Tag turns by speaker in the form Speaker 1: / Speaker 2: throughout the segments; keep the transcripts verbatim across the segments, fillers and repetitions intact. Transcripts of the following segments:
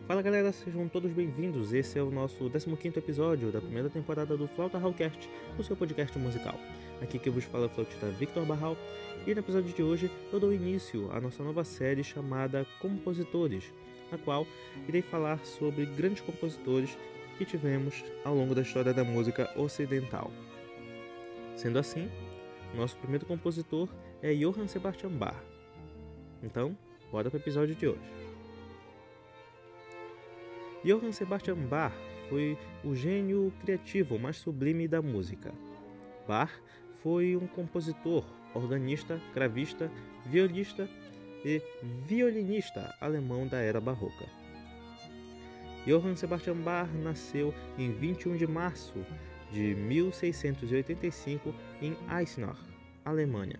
Speaker 1: Fala galera, sejam todos bem-vindos. Esse é o nosso décimo quinto episódio da primeira temporada do Flauta Hallcast, o seu podcast musical. Aqui que eu vos falo é o flautista Victor Barral, e no episódio de hoje eu dou início à nossa nova série chamada Compositores, na qual irei falar sobre grandes compositores que tivemos ao longo da história da música ocidental. Sendo assim, nosso primeiro compositor é Johann Sebastian Bach. Então, bora para o episódio de hoje. Johann Sebastian Bach foi o gênio criativo mais sublime da música. Bach foi um compositor, organista, cravista, violista e violinista alemão da era barroca. Johann Sebastian Bach nasceu em vinte e um de março de mil seiscentos e oitenta e cinco em Eisenach, Alemanha.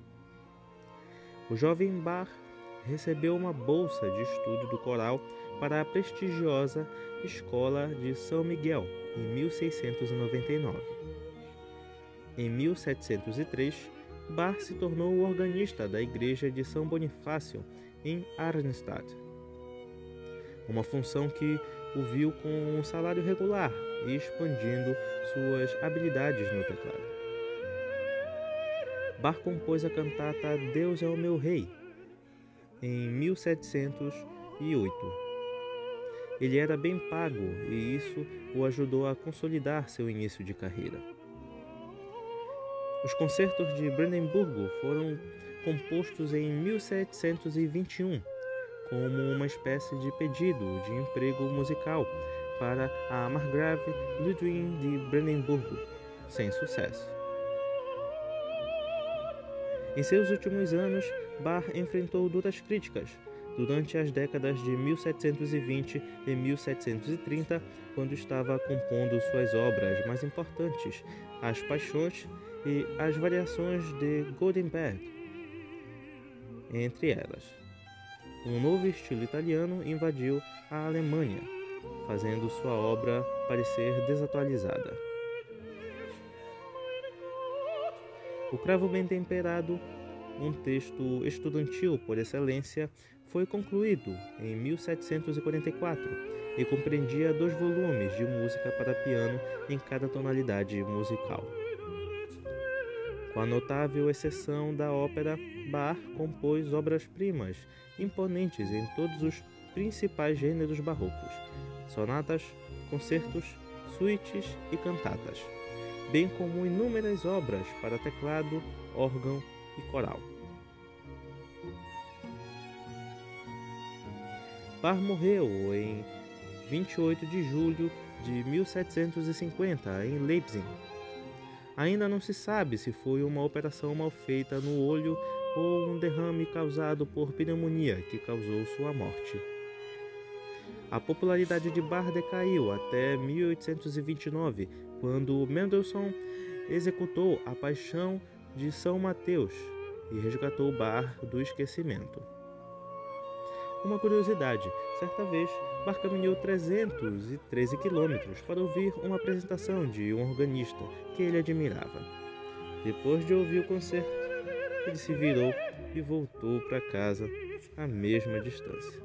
Speaker 1: O jovem Bach recebeu uma bolsa de estudo do coral para a prestigiosa Escola de São Miguel, em mil seiscentos e noventa e nove. Em mil setecentos e três, Bach se tornou o organista da Igreja de São Bonifácio, em Arnstadt, uma função que o viu com um salário regular e expandindo suas habilidades no teclado. Bach compôs a cantata Deus é o meu Rei, em mil setecentos e oito. Ele era bem pago e isso o ajudou a consolidar seu início de carreira. Os concertos de Brandemburgo foram compostos em mil setecentos e vinte e um como uma espécie de pedido de emprego musical para a Margrave Ludwig de Brandemburgo, sem sucesso. Em seus últimos anos, Bach enfrentou duras críticas durante as décadas de mil setecentos e vinte e mil setecentos e trinta, quando estava compondo suas obras mais importantes, as Paixões e as Variações de Goldenberg. Entre elas, um novo estilo italiano invadiu a Alemanha, fazendo sua obra parecer desatualizada. O Cravo Bem Temperado, um texto estudantil por excelência, foi concluído em mil setecentos e quarenta e quatro e compreendia dois volumes de música para piano em cada tonalidade musical. Com a notável exceção da ópera, Bach compôs obras-primas imponentes em todos os principais gêneros barrocos: sonatas, concertos, suítes e cantatas, bem como inúmeras obras para teclado, órgão e coral. Bach morreu em vinte e oito de julho de mil setecentos e cinquenta em Leipzig. Ainda não se sabe se foi uma operação mal feita no olho ou um derrame causado por pneumonia que causou sua morte. A popularidade de Bach decaiu até mil oitocentos e vinte e nove, quando Mendelssohn executou a Paixão de São Mateus e resgatou Bach do esquecimento. Uma curiosidade, certa vez, Bach caminhou trezentos e treze quilômetros para ouvir uma apresentação de um organista que ele admirava. Depois de ouvir o concerto, ele se virou e voltou para casa à mesma distância.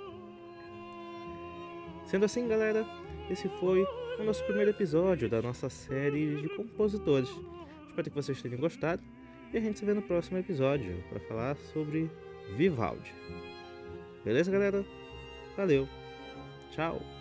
Speaker 1: Sendo assim, galera, esse foi o nosso primeiro episódio da nossa série de compositores. Espero que vocês tenham gostado e a gente se vê no próximo episódio para falar sobre Vivaldi. Beleza, galera? Valeu! Tchau!